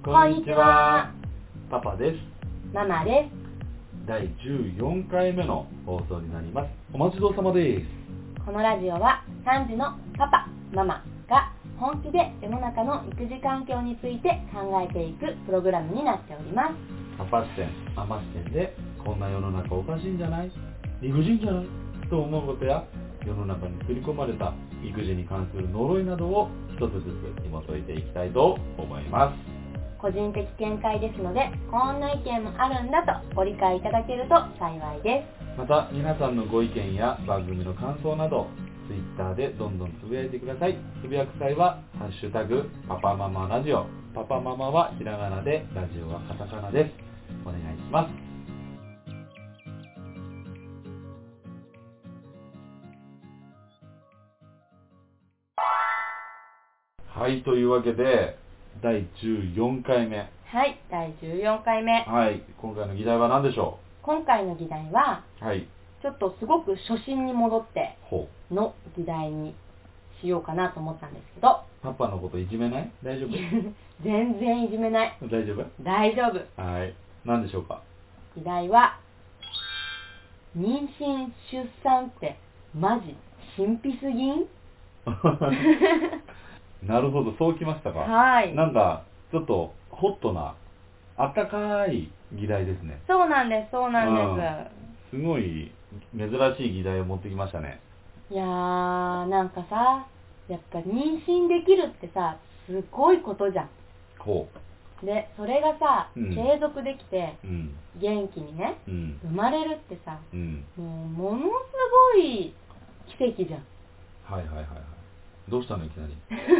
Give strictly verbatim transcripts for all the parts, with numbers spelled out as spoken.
こんにちは。 パパです。 ママです。 だいじゅうよんかいめの放送になります。お待ちどうさまです。 このラジオはさんじのパパ、ママが本気で世の中の育児環境について考えていくプログラムになっております。 パパ視点、ママ視点でこんな世の中おかしいんじゃない?理不尽じゃない?と思うことや世の中に刷り込まれた育児に関する呪いなどを一つずつ紐解いていきたいと思います。 個人的見解ですので、こんな意見もあるんだとご理解いただけると幸いです。 また皆さんのご意見や番組の感想など Twitter でどんどんつぶやいてください。つぶやく際はハッシュタグパパママラジオ、パパママはひらがなで、ラジオはカタカナです。お願いします。はい、というわけでだいじゅうよんかいめ。 はい、だいじゅうよんかいめ。 はい、今回の議題は何でしょう。今回の議題は、 はい、 ちょっとすごく初心に戻ってほの議題にしようかなと思ったんですけど。 パパのこといじめない?大丈夫? 全然いじめない。 大丈夫? 大丈夫。 はい、何でしょうか? 議題は、妊娠出産ってマジ神秘すぎんなるほど、そうきましたか。 はい。 なんかちょっとホットなあったかい議題ですね。 そうなんです、そうなんです、うん、すごい珍しい議題を持ってきましたね。 す。いやー、なんかさ、やっぱ妊娠できるってさ、すごいことじゃん。 ほうで、それがさ、 うん、 継続できて、 うん、 元気にね、 うん、 生まれるってさ、 うん、 もうものすごい奇跡じゃん。 はいはいはいはい。どうしたのいきなり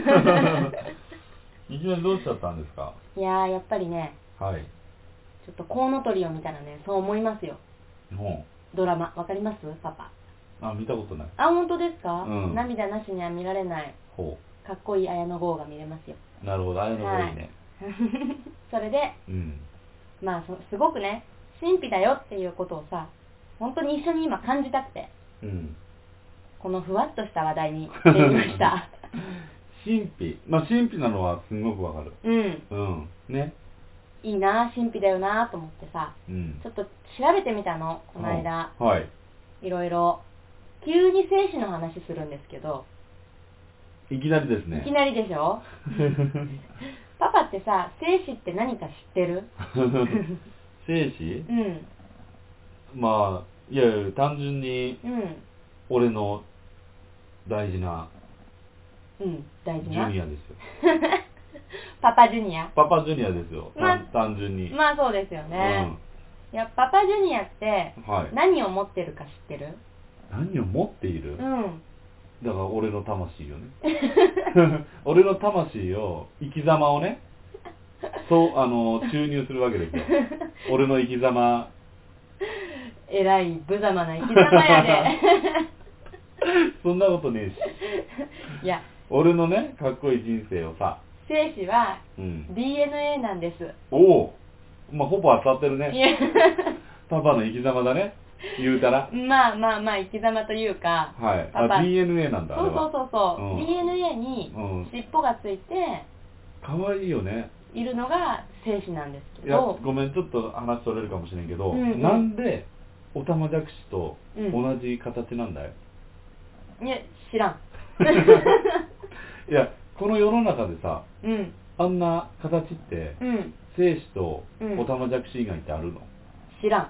いきなりどうしちゃったんですか。 いやー、やっぱりね、 はい、 ちょっとコウノトリを見たらね、そう思いますよ。 ほドラマ、わかりますパパ。 う、あ、見たことない。 あ、本当ですか、 うん、 涙なしには見られない、 ほかっこいい綾野剛が見れますよ。 う、なるほど、ああいうのがいいね。 はい、それで、 うん、 まあすごくね、神秘だよっていうことをさ、本当に一緒に今感じたくて、 うん、 このふわっとした話題にしてみました神秘、まあ神秘なのはすごくわかる。 うん、 うん、ね、 いいな、神秘だよなと思ってさ、 うん、 ちょっと調べてみたの、この間。 はい。 いろいろ、急に生死の話するんですけど。 いきなりですね。 いきなりでしょパパってさ、生死って何か知ってる生死、 うん。 まあ、いやいや、単純に、 うん。 俺の大事な、 うん、大事な。 ジュニアですよ。 パパジュニア。 パパジュニアですよ、 まあ、 単純に。 まあそうですよね。うん、いや、パパジュニアって何を持ってるか知ってる？ 何を持っている？ うん。 だから俺の魂よね。俺の魂を、生き様をね、そう、あの、注入するわけですよ。俺の生き様。 えらい無様な生き様やで。 そんなことねえし。 いや、 俺のね、かっこいい人生をさ、 精子はうん、 ディーエヌエー なんです。 おお、まあほぼ当たってるね。パパの生き様だね、言うたら。 まあまあまあ、生き様というか、 はい、 パパあ、ディーエヌエー なんだ。 そうそうそうそう、うん、ディーエヌエー に尻尾がついて、 かわいいよね。 いるのが精子なんですけど。 いや、ごめん、ちょっと話それるかもしれんけど、 うんうん、 なんでオタマジャクシと同じ形なんだい？ うん、いや、知らん。 いや、この世の中でさ、 うん、 あんな形って、うん、精子とオタマジャクシ以外ってあるの？ 知らん。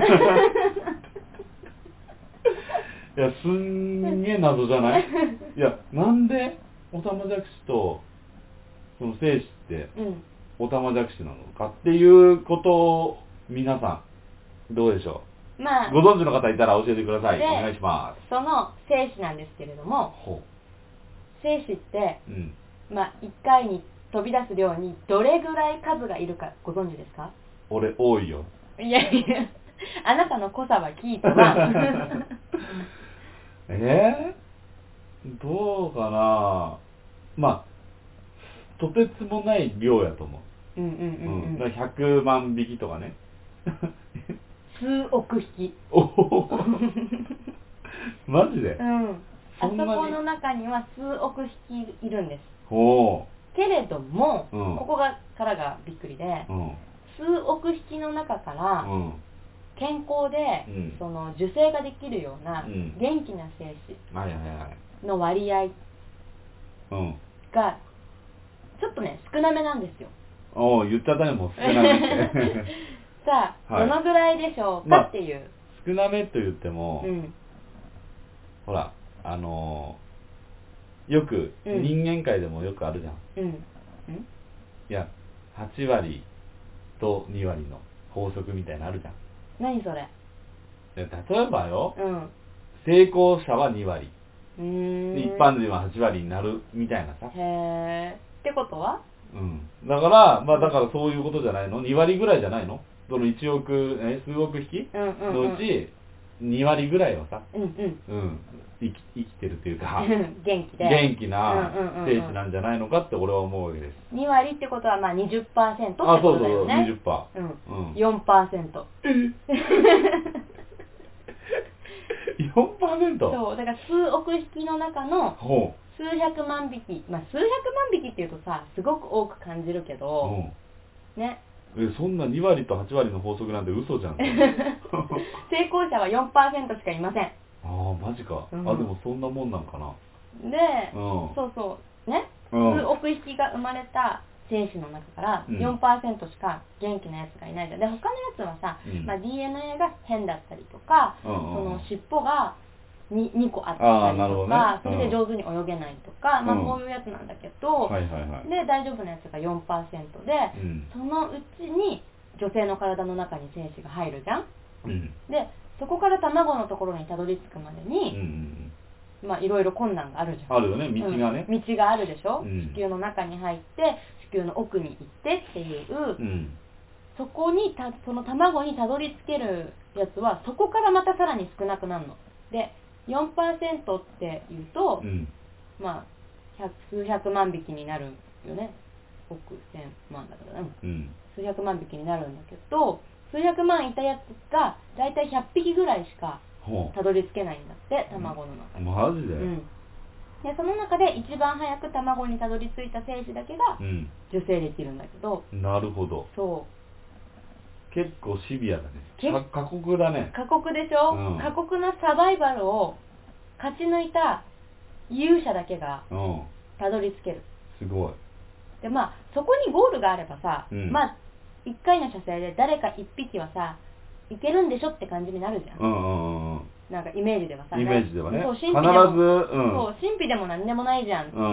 いや、すんげえ謎じゃない？いや、なんでオタマジャクシとその精子ってオタマジャクシなのかっていうことを皆さんどうでしょう？まあ、ご存知の方いたら教えてください。お願いします。 その精子なんですけれども、精子って、うん、まあいっかいに飛び出す量にどれぐらい数がいるかご存知ですか？ 俺多いよ。 いやいや、あなたの濃さは聞いたわ。 えー、どうかな。まあとてつもない量やと思う。うんうんうんうん。だからひゃくまんびきとかね。 数億匹。 おお。マジで？ うん。あそこの中には数億匹いるんです。 おお。 けれども、 うん、 ここがからがびっくりで、うん、数億匹の中から、うん、健康で、うん、その受精ができるような、うん、元気な精子の割合がちょっとね少なめなんですよ。 おお、言っちゃったね、もう少なめってさあ、はい、どのぐらいでしょうかっていう、まあ、少なめと言っても、うん、ほらあのー、よく、うん、人間界でもよくあるじゃん、うん、うん、いやはちわりとにわりの法則みたいなのあるじゃん。 何それ。 例えばよ、うん、成功者はにわり、うーん、一般人ははちわりになるみたいなさ。 へー。ってことは、 うん、だからまあだからそういうことじゃないの、にわりぐらいじゃないの、そのいちおくえ数億匹のうちにわりぐらいはさ、うんうんうん、生き、生きてるというか元気で元気な精子なんじゃないのかって俺は思うわけです。 にわりってことはまあ にじゅっパーセント ってことだよね。あ、そうそう、にじゅっパーセント、うんうん、よんパーセントよんパーセント？ そうだから数億匹の中の数百万匹、まあ数百万匹っていうとさすごく多く感じるけど、うん、ねえ、そんなにわりとはちわりの法則なんて嘘じゃん成功者は よんパーセント しかいません。 ああマジか、うん、あでもそんなもんなんかな。 で、うん、そうそうね、うん、数億匹が生まれた精子の中から よんパーセント しか元気なやつがいないじゃん。で他のやつはさ、うん、まあ、ディーエヌエー が変だったりとか、うん、その尻尾が 2, にこあったりとか、ね、それで上手に泳げないとか、うん、まあこういうやつなんだけど、はいはいはい、で大丈夫なやつが よんパーセント で、うん、そのうちに女性の体の中に精子が入るじゃん、うん、でそこから卵のところにたどり着くまでに、うん、まあいろいろ困難があるじゃん。 あるよね、道がね、 うん、道があるでしょ、うん、子宮の中に入って子宮の奥に行ってっていう、うん、そこにたその卵にたどり着けるやつはそこからまたさらに少なくなるので よんパーセント っていうと、うん、まあ百数百万匹になるよね。億千万だからね、うん、数百万匹になるんだけど、数百万いたやつがだいたいひゃっぴきぐらいしかたどり着けないんだって卵の中に。 マジで、うん、 でその中で一番早く卵にたどり着いた精子だけが受精できるんだけど、 うん、なるほど。そう結構シビアだね。過酷だね。 過酷でしょ、うん、過酷なサバイバルを勝ち抜いた勇者だけがたどり着ける、 うん、すごい。 でまあそこにゴールがあればさ、うん、まあいっかいの射精で誰かいっぴきはさいけるんでしょって感じになるじゃん、うんうんうん、なんかイメージではさ、 イメージではね、 そう神秘でも、必ず、うん、そう神秘でも何でもないじゃんっていう、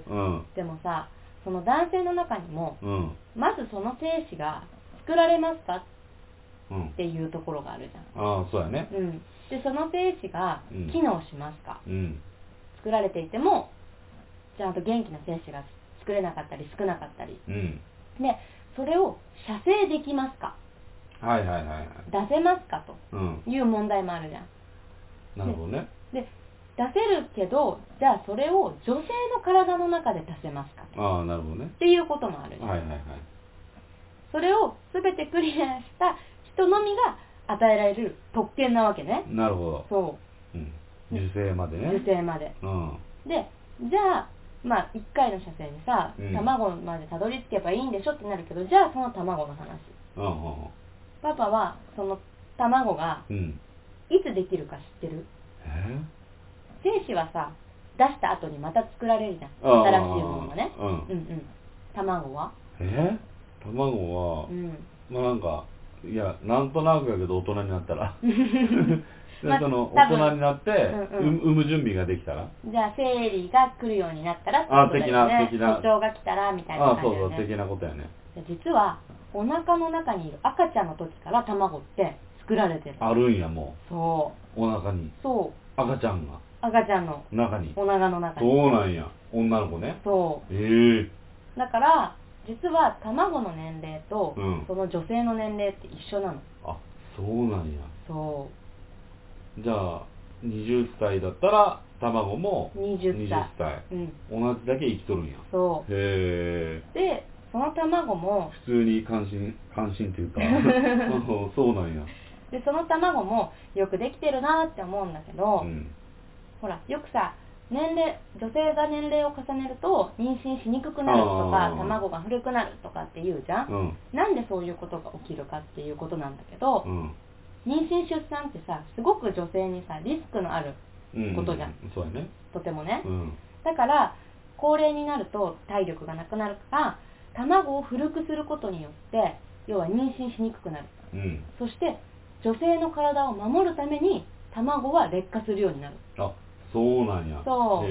うんうん、でもさその男性の中にも、うん、まずその精子が作られますかっていうところがあるじゃん、 ああそうやね、 うん、でその精子が機能しますか、うん、作られていてもちゃんと元気な精子が作れなかったり少なかったり、うん、でそれを射精できますか、 はいはいはいはい、 出せますかという問題もあるじゃん、 うん、なるほどね。 で出せるけどじゃあそれを女性の体の中で出せますか、 ああなるほどねっていうこともあるじゃん、はいはいはい、それを全てクリアした人のみが与えられる特権なわけね。 なるほど。 そう、 うん、受精までね。 受精まで、うん、でじゃあまあいっかいの射精にさ、うん、卵までたどり着けばいいんでしょってなるけど、じゃあその卵の話、うんうん、パパはその卵がいつできるか知ってる？えー、精子はさ出した後にまた作られるじゃん、新しいものがね、うん、うんうん卵はえー、卵は、うん、まあなんかいやなんとなくだけど大人になったらでその大人になって、うんうん、産む準備ができたら、 じゃあ生理が来るようになったらってことだよね。不調が来たらみたいな感じだよね。 ああそうそう的なことやね。 実はお腹の中にいる赤ちゃんの時から卵って作られてる。 あるんやもう。そうお腹に。 そう赤ちゃんが赤ちゃんの中にお腹の中に。 そうなんや。女の子ね。 そうええー、 だから実は卵の年齢と、うん、その女性の年齢って一緒なの。 あそうなんや。 そうじゃあにじゅっさいだったら卵もにじゅっさい、 にじゅっさい、うん、同じだけ生きとるんや。 そうへえ。 でその卵も普通に関心関心っていうかそうなんや。 でその卵もよくできてるなって思うんだけど、うん、ほらよくさ年齢女性が年齢を重ねると妊娠しにくくなるとか卵が古くなるとかって言うじゃん、うん、なんでそういうことが起きるかっていうことなんだけど、うん、妊娠出産ってさすごく女性にさリスクのあることじゃん、 うんうん、そうやね、 とてもね、 うん、 だから高齢になると体力がなくなるから卵を古くすることによって要は妊娠しにくくなる、うん、そして女性の体を守るために卵は劣化するようになる。 あ、そうなんや。 そう。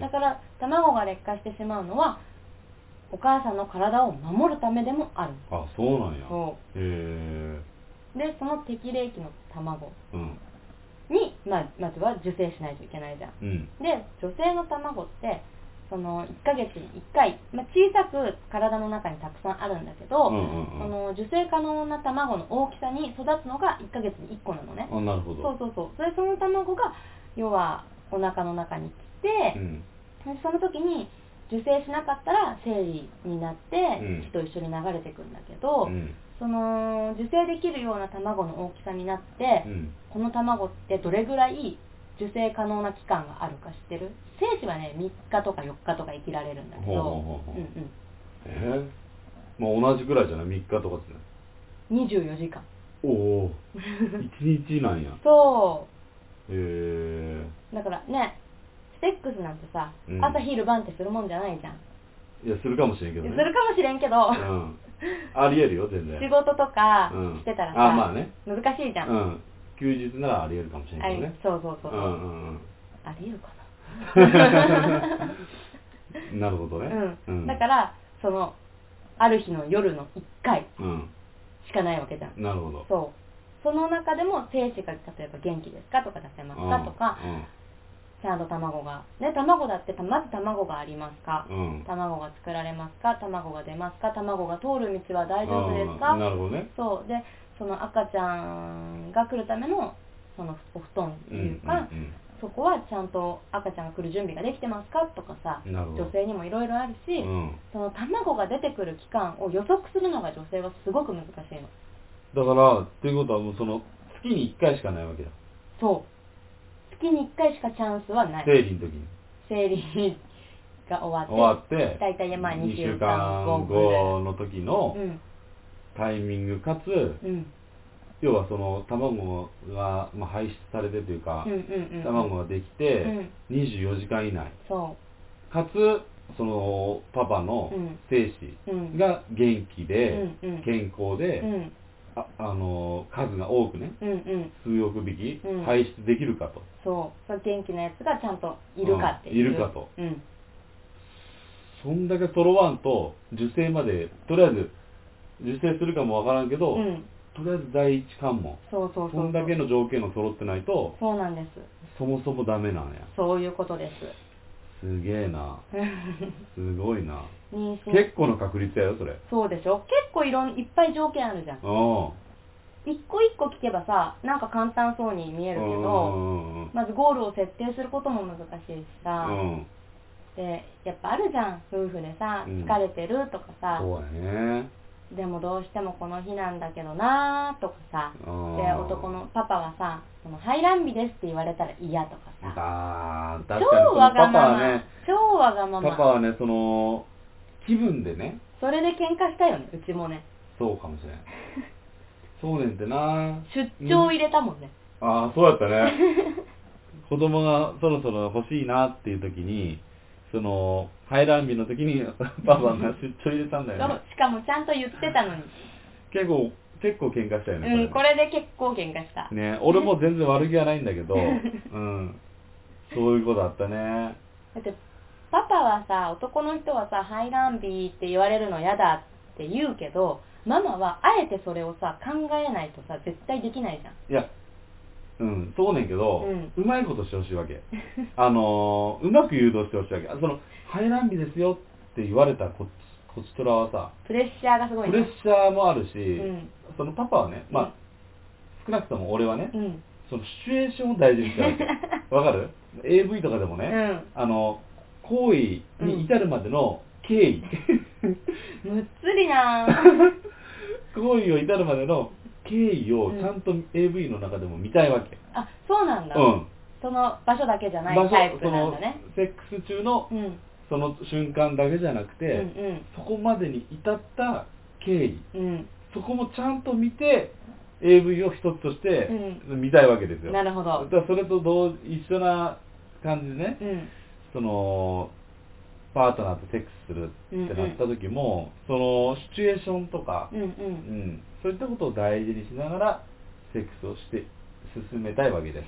だから卵が劣化してしまうのはお母さんの体を守るためでもある。 あ、そうなんや。 そう。へえ。でその適齢期の卵に、うん、まあ、まずは受精しないといけないじゃん。うん、で女性の卵ってそのいっかげつにいっかい、まあ、小さく体の中にたくさんあるんだけど、うんうんうん、その受精可能な卵の大きさに育つのがいっかげつにいっこなのね。 あ、なるほど。 そうそうそう。それその卵が要はお腹の中に来て、うん、その時に受精しなかったら生理になって血と一緒に流れていくんだけど、うん、その受精できるような卵の大きさになって、うん、この卵ってどれぐらい受精可能な期間があるか知ってる？精子はねみっかとかよっかとか生きられるんだけど、ほうほうほう、うんうん、 えー、もう同じぐらいじゃない？みっかとかってね、 にじゅうよじかん。 おおいちにちなんや。 そうへえー、だからねセックスなんてさ、うん、朝昼晩ってするもんじゃないじゃん。 いやするかもしれんけどね。 するかもしれんけど、うん、 ありえるよ全然。 仕事とかしてたらさ、うん、あ、まあね、難しいじゃん、 うん、休日ならありえるかもしれんけどね。 そうそうそうそう、うんうんうん、ありえるかななるほどね、 うんうん、だからそのある日の夜のいっかいしかないわけじゃん、 うん、なるほど。 そうその中でも精子が例えば元気ですかとか出せますかとか、うんうん、ちゃんと卵がね、卵だってまず卵がありますか、うん、卵が作られますか、卵が出ますか、卵が通る道は大丈夫ですか、 なるほどね。 そうでその赤ちゃんが来るためのそのお布団っていうか、うんうんうん、そこはちゃんと赤ちゃんが来る準備ができてますかとかさ、女性にもいろいろあるし、うん、その卵が出てくる期間を予測するのが女性はすごく難しいの。 だからということはもうその月にいっかいしかないわけだ。 そう月にいっかいしかチャンスはない。 生理の時に生理が終わって終わってだいたいまあにしゅうかんごの時のタイミングかつ、うん、要はその卵が、まあ、排出されてというか、うんうんうんうん、卵ができて、うん、にじゅうよじかん以内、そうかつそのパパの精子が元気で、うん、健康で、うん、あ, あの数が多くね、うんうん、数億匹排出できるかと、 そう、その元気なやつがちゃんといるかっていう、 うん、いるかと、うん、そんだけ揃わんと受精までとりあえず受精するかもわからんけど、うん、とりあえず第一関門、そうそうそうそう、そんだけの条件が揃ってないと、 そうなんです、 そもそもダメなんや。 そういうことです。 すげえなすごいな結構の確率やよそれ。 そうでしょ、結構いろんいっぱい条件あるじゃん。一個一個聞けばさなんか簡単そうに見えるけど、まずゴールを設定することも難しいしさ、うん、でやっぱあるじゃん夫婦でさ、うん、疲れてるとかさ、 そうやね、 でもどうしてもこの日なんだけどなーとかさ、で男のパパはさその排卵日ですって言われたら嫌とかさ、 あ確かに超わがまま、ね、 超わがまま。 パパはねその気分でね、 それで喧嘩したよね、うちもね。 そうかもしれんそうねんってな、 出張入れたもんね、 うん、ああそうやったね子供がそろそろ欲しいなっていう時にその排卵日の時にパパが出張入れたんだよねしかもちゃんと言ってたのに結構結構喧嘩したよね、 うん、これで結構喧嘩したね。俺も全然悪気はないんだけどうんそういうことあったね。 だってパパはさ男の人はさ排卵日って言われるの嫌だって言うけどママはあえてそれをさ考えないとさ絶対できないじゃん。 いやうんそうねんけど、うん、うまいことしてほしいわけあのー、うまく誘導してほしいわけ。その排卵日ですよって言われたこっちこちとらはさプレッシャーがすごい、 ね、プレッシャーもあるし、うん、そのパパはねまあ、うん、少なくとも俺はね、うん、そのシチュエーションを大事にしてるわけわかる エーブイ とかでもね、うん、あの行為に至るまでの経緯、 うん、むっつりな行為を至るまでの経緯をちゃんと エーブイ の中でも見たいわけ、 うん、あそうなんだ。 うんその場所だけじゃないタイプなんだね。 セックス中の、うん、その瞬間だけじゃなくて、うんうん、そこまでに至った経緯、うん、そこもちゃんと見て エーブイ を一つとして見たいわけですよ。 うん、なるほど。 だからそれと同一緒な感じでね、うん、そのパートナーとセックスするってなった時も、うんうん、そのシチュエーションとか、うんうんうん、そういったことを大事にしながらセックスをして進めたいわけです。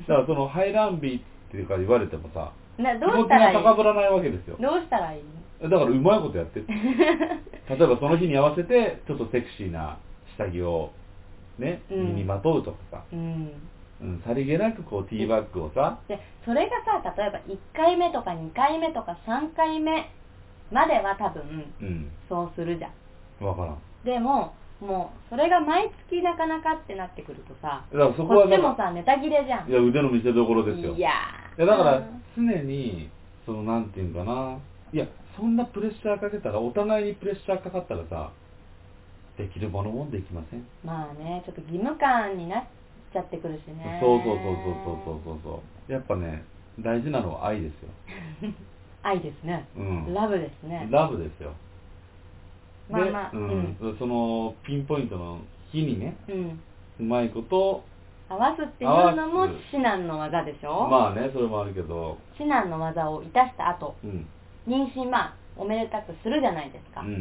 だからその排卵日っていうか言われてもさ、 などうしたらいい？ 気持ちが高ぶらないわけですよ。 どうしたらいい？ だからうまいことやってって例えばその日に合わせてちょっとセクシーな下着をね、うん、身にまとうとかさ、うんうん、さりげなくこうティーバッグをさ、 でそれがさ、例えばいっかいめとかにかいめとかさんかいめまでは多分、うん、そうするじゃん。 わからん。 でももうそれが毎月なかなかってなってくるとさ、だからそこはこっちもさネタ切れじゃん。 いや腕の見せ所ですよ。 いやいやだから常にそのなんていうんかな、いやそんなプレッシャーかけたらお互いにプレッシャーかかったらさ、できるものもできません。 まあね、ちょっと義務感になっちゃってくるしね。 そうそうそうそうそうそうそう。やっぱね大事なのは愛ですよ。 愛ですね。うん。ラブですね。 ラブですよ。 まあまあ、 うん、うん、そのピンポイントの日にね、うん、うまいこと合わすっていうのも至難の技でしょ。 まあね、それもあるけど至難の技をいたした後、うん、妊娠まあおめでたくするじゃないですか、うんうんうん、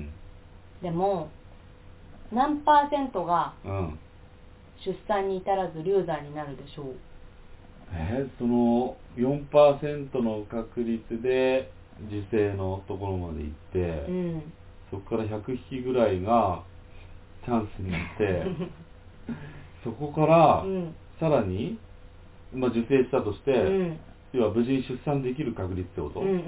でも何パーセントが出産に至らず流産になるでしょう。 えー、その よんパーセント の確率で受精のところまで行って、うん、そこからひゃくひきぐらいがチャンスになってそこから、うん、さらに、まあ、受精したとして、うん、要は無事に出産できる確率ってこと、うんうんうんうん、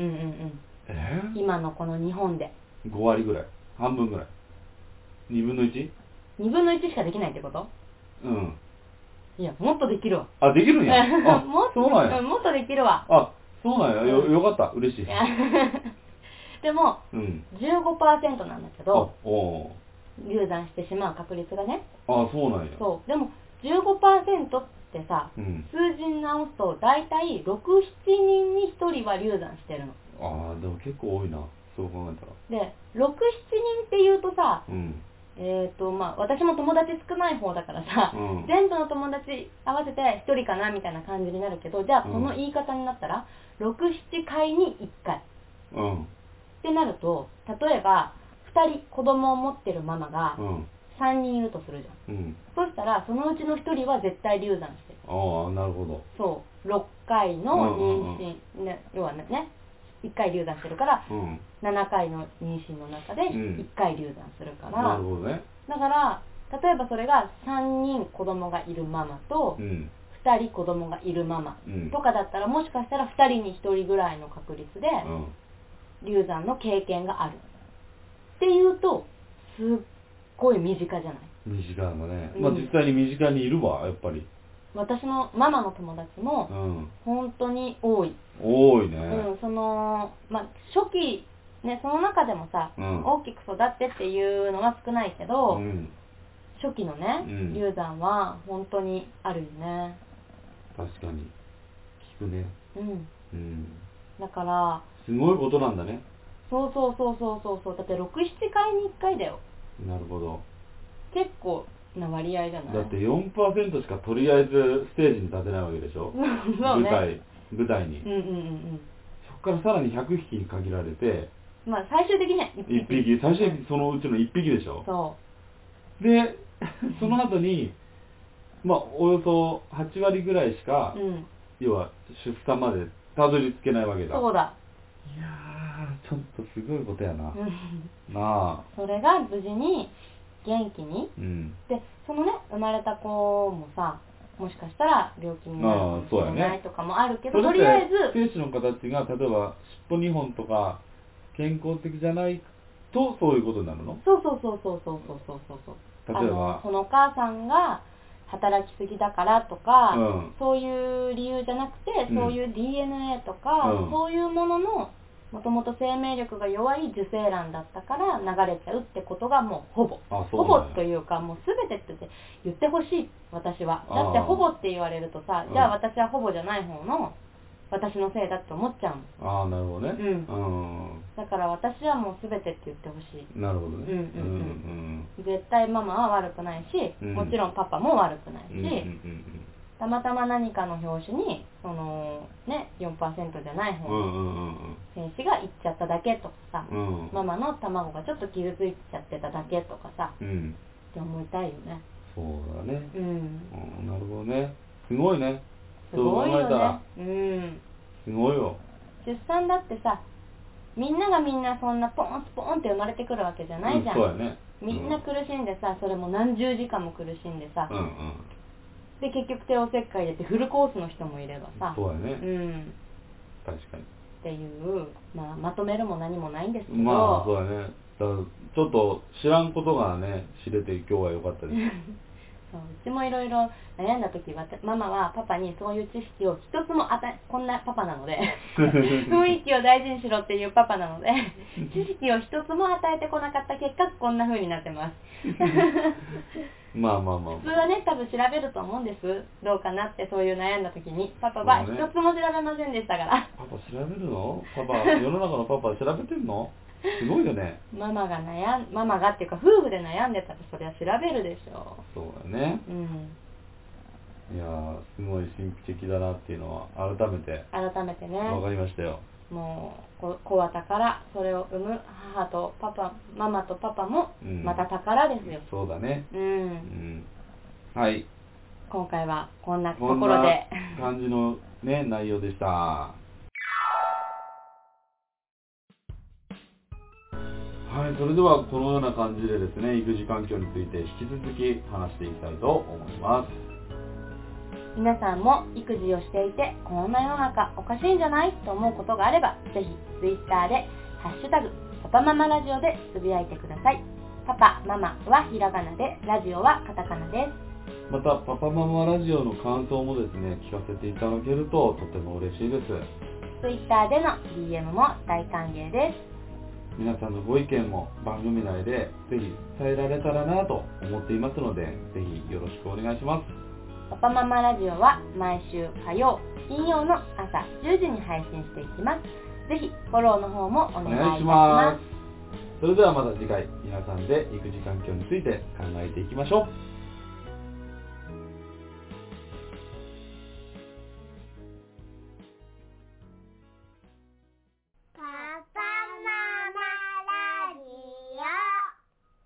えー、 今のこの日本でごわりぐらい、半分ぐらい、にぶんの いち？ にぶんのいちしかできないってこと？うん。いや、もっとできるわ。 あ、できるんや。あ、 もっと、 そうなんや。 もっとできるわ。 あ、そうなんや。よ、よかった。嬉しい。 でも、うん、じゅうごパーセント なんだけど、流産してしまう確率がね。 あ、そうなんや。 そう。でも、じゅうごパーセント ってさ、うん、数字に直すと、だいたいろく、ななにんにひとりは流産してるの。 ああ、でも結構多いな。そう考えたら。で、ろく、ななにんって言うとさ、うん、えーとまあ、私も友達少ない方だからさ、うん、全部の友達合わせてひとりかなみたいな感じになるけど、じゃあこの言い方になったら、うん、ろく、ななかいにいっかい、うん、ってなると、例えばふたり子供を持ってるママがさんにんいるとするじゃん、うん、そしたらそのうちのひとりは絶対流産してる。 ああ、なるほど。 そう、ろっかいの妊娠、うんうん、ね、要はねいっかい流産してるから、うん、ななかいの妊娠の中でいっかい流産するから、うん、 なるほどね。 だから例えばそれがさんにん子供がいるママと、うん、ふたり子供がいるママとかだったら、もしかしたらふたりにひとりぐらいの確率で流産の経験があるっていうと、すっごい身近じゃない？ 身近なんだね、うん、まあ実際に身近にいるわ、やっぱり。 私のママの友達も本当に多い。 多いね。 うん、そのまあ初期ね、その中でもさ、うん、大きく育ってっていうのは少ないけど、うん、初期のね、うん、流産は本当にあるよね。 確かに聞くね。うん、 うん、だからすごいことなんだね。 そうそうそうそうそうそう。だってろく、ななかいにいっかいだよ。 なるほど。 結構な割合じゃない？ だって よんパーセント しかとりあえずステージに立てないわけでしょ。そうね、舞台舞台に、うんうんうんうん、そこからさらにひゃくひきに限られて、 まあ最終的にはいっぴき。 いっぴき、最終的にそのうちのいっぴきでしょ。そう。で、その後に、まあおよそはちわりぐらいしか、うん、要は出産までたどり着けないわけだ。 そうだ。 いやー、ちょっとすごいことやな。なあ。 それが無事に元気に、うん、でそのね生まれた子もさ、もしかしたら病気になるかもしれないとかもあるけど、とりあえず精子の形が例えば尻尾にほんとか健康的じゃないとそういうことになるの？ そうそうそうそうそうそうそうそうそう。例えばそのお母さんが働きすぎだからとか、うん、そういう理由じゃなくて、うん、そういう ディーエヌエー とか、うん、そういうもののもともと生命力が弱い受精卵だったから流れちゃうってことがもうほぼほぼというかもう全てって言ってほしい私は。だってほぼって言われるとさ、じゃあ私はほぼじゃない方の私のせいだって思っちゃうの。ああ、なるほどね。 うん。だから私はもう全てって言ってほしい。 なるほどね。うんうんうん。絶対ママは悪くないし、もちろんパパも悪くないし、たまたま何かの拍子にそのね よんパーセント じゃない方の選手が行っちゃっただけとかさ、うん、ママの卵がちょっと傷ついちゃってただけとかさ、うん、って思いたいよね。 そうだね。うん。なるほどね。すごいね。 すごいよね。うん。 すごいよ。 出産だってさ、みんながみんなそんなポンスポンって生まれてくるわけじゃないじゃん。 うん、そうやね。 みんな苦しんでさ、それも何十時間も苦しんでさ。うんうん。で結局帝王切開でってフルコースの人もいればさ、 そうやね、うん、確かにっていう、まあ、まとめるも何もないんですけど、 まあそうやね、だからちょっと知らんことがね知れて今日は良かったですそう、うちもいろいろ悩んだ時はママはパパにそういう知識を一つも与えこんなパパなので雰囲気を大事にしろっていうパパなので知識を一つも与えてこなかった結果こんな風になってますまあまあまあ、まあ、 普通はね多分調べると思うんです。どうかなってそういう悩んだ時にパパは一つも調べませんでしたから、ね、 パパ調べるの？パパ世の中のパパ調べてるの？すごいよね。 ママが悩んママがっていうか夫婦で悩んでたらそれは調べるでしょう。そうだね。うん。いやーすごい神秘的だなっていうのは改めて改めてねわかりましたよ。 もう子は宝、それを産む母とパパママとパパもまた宝ですよ、 うん、そうだね、うん、うん、はい、 今回はこんなところでこんな感じのね内容でした。はい、それではこのような感じでですね育児環境について引き続き話していきたいと思います。 皆さんも育児をしていてこんな世の中おかしいんじゃないと思うことがあればぜひ Twitter でハッシュタグパパママラジオでつぶやいてください。パパママはひらがなでラジオはカタカナです。 またパパママラジオの感想もですね聞かせていただけるととても嬉しいです。 Twitter での ディーエム も大歓迎です。 皆さんのご意見も番組内でぜひ伝えられたらなと思っていますのでぜひよろしくお願いします。 パパママラジオは毎週火曜、金曜の朝じゅうじに配信していきます。ぜひフォローの方もお願いいたします。 それではまた次回皆さんで育児環境について考えていきましょう。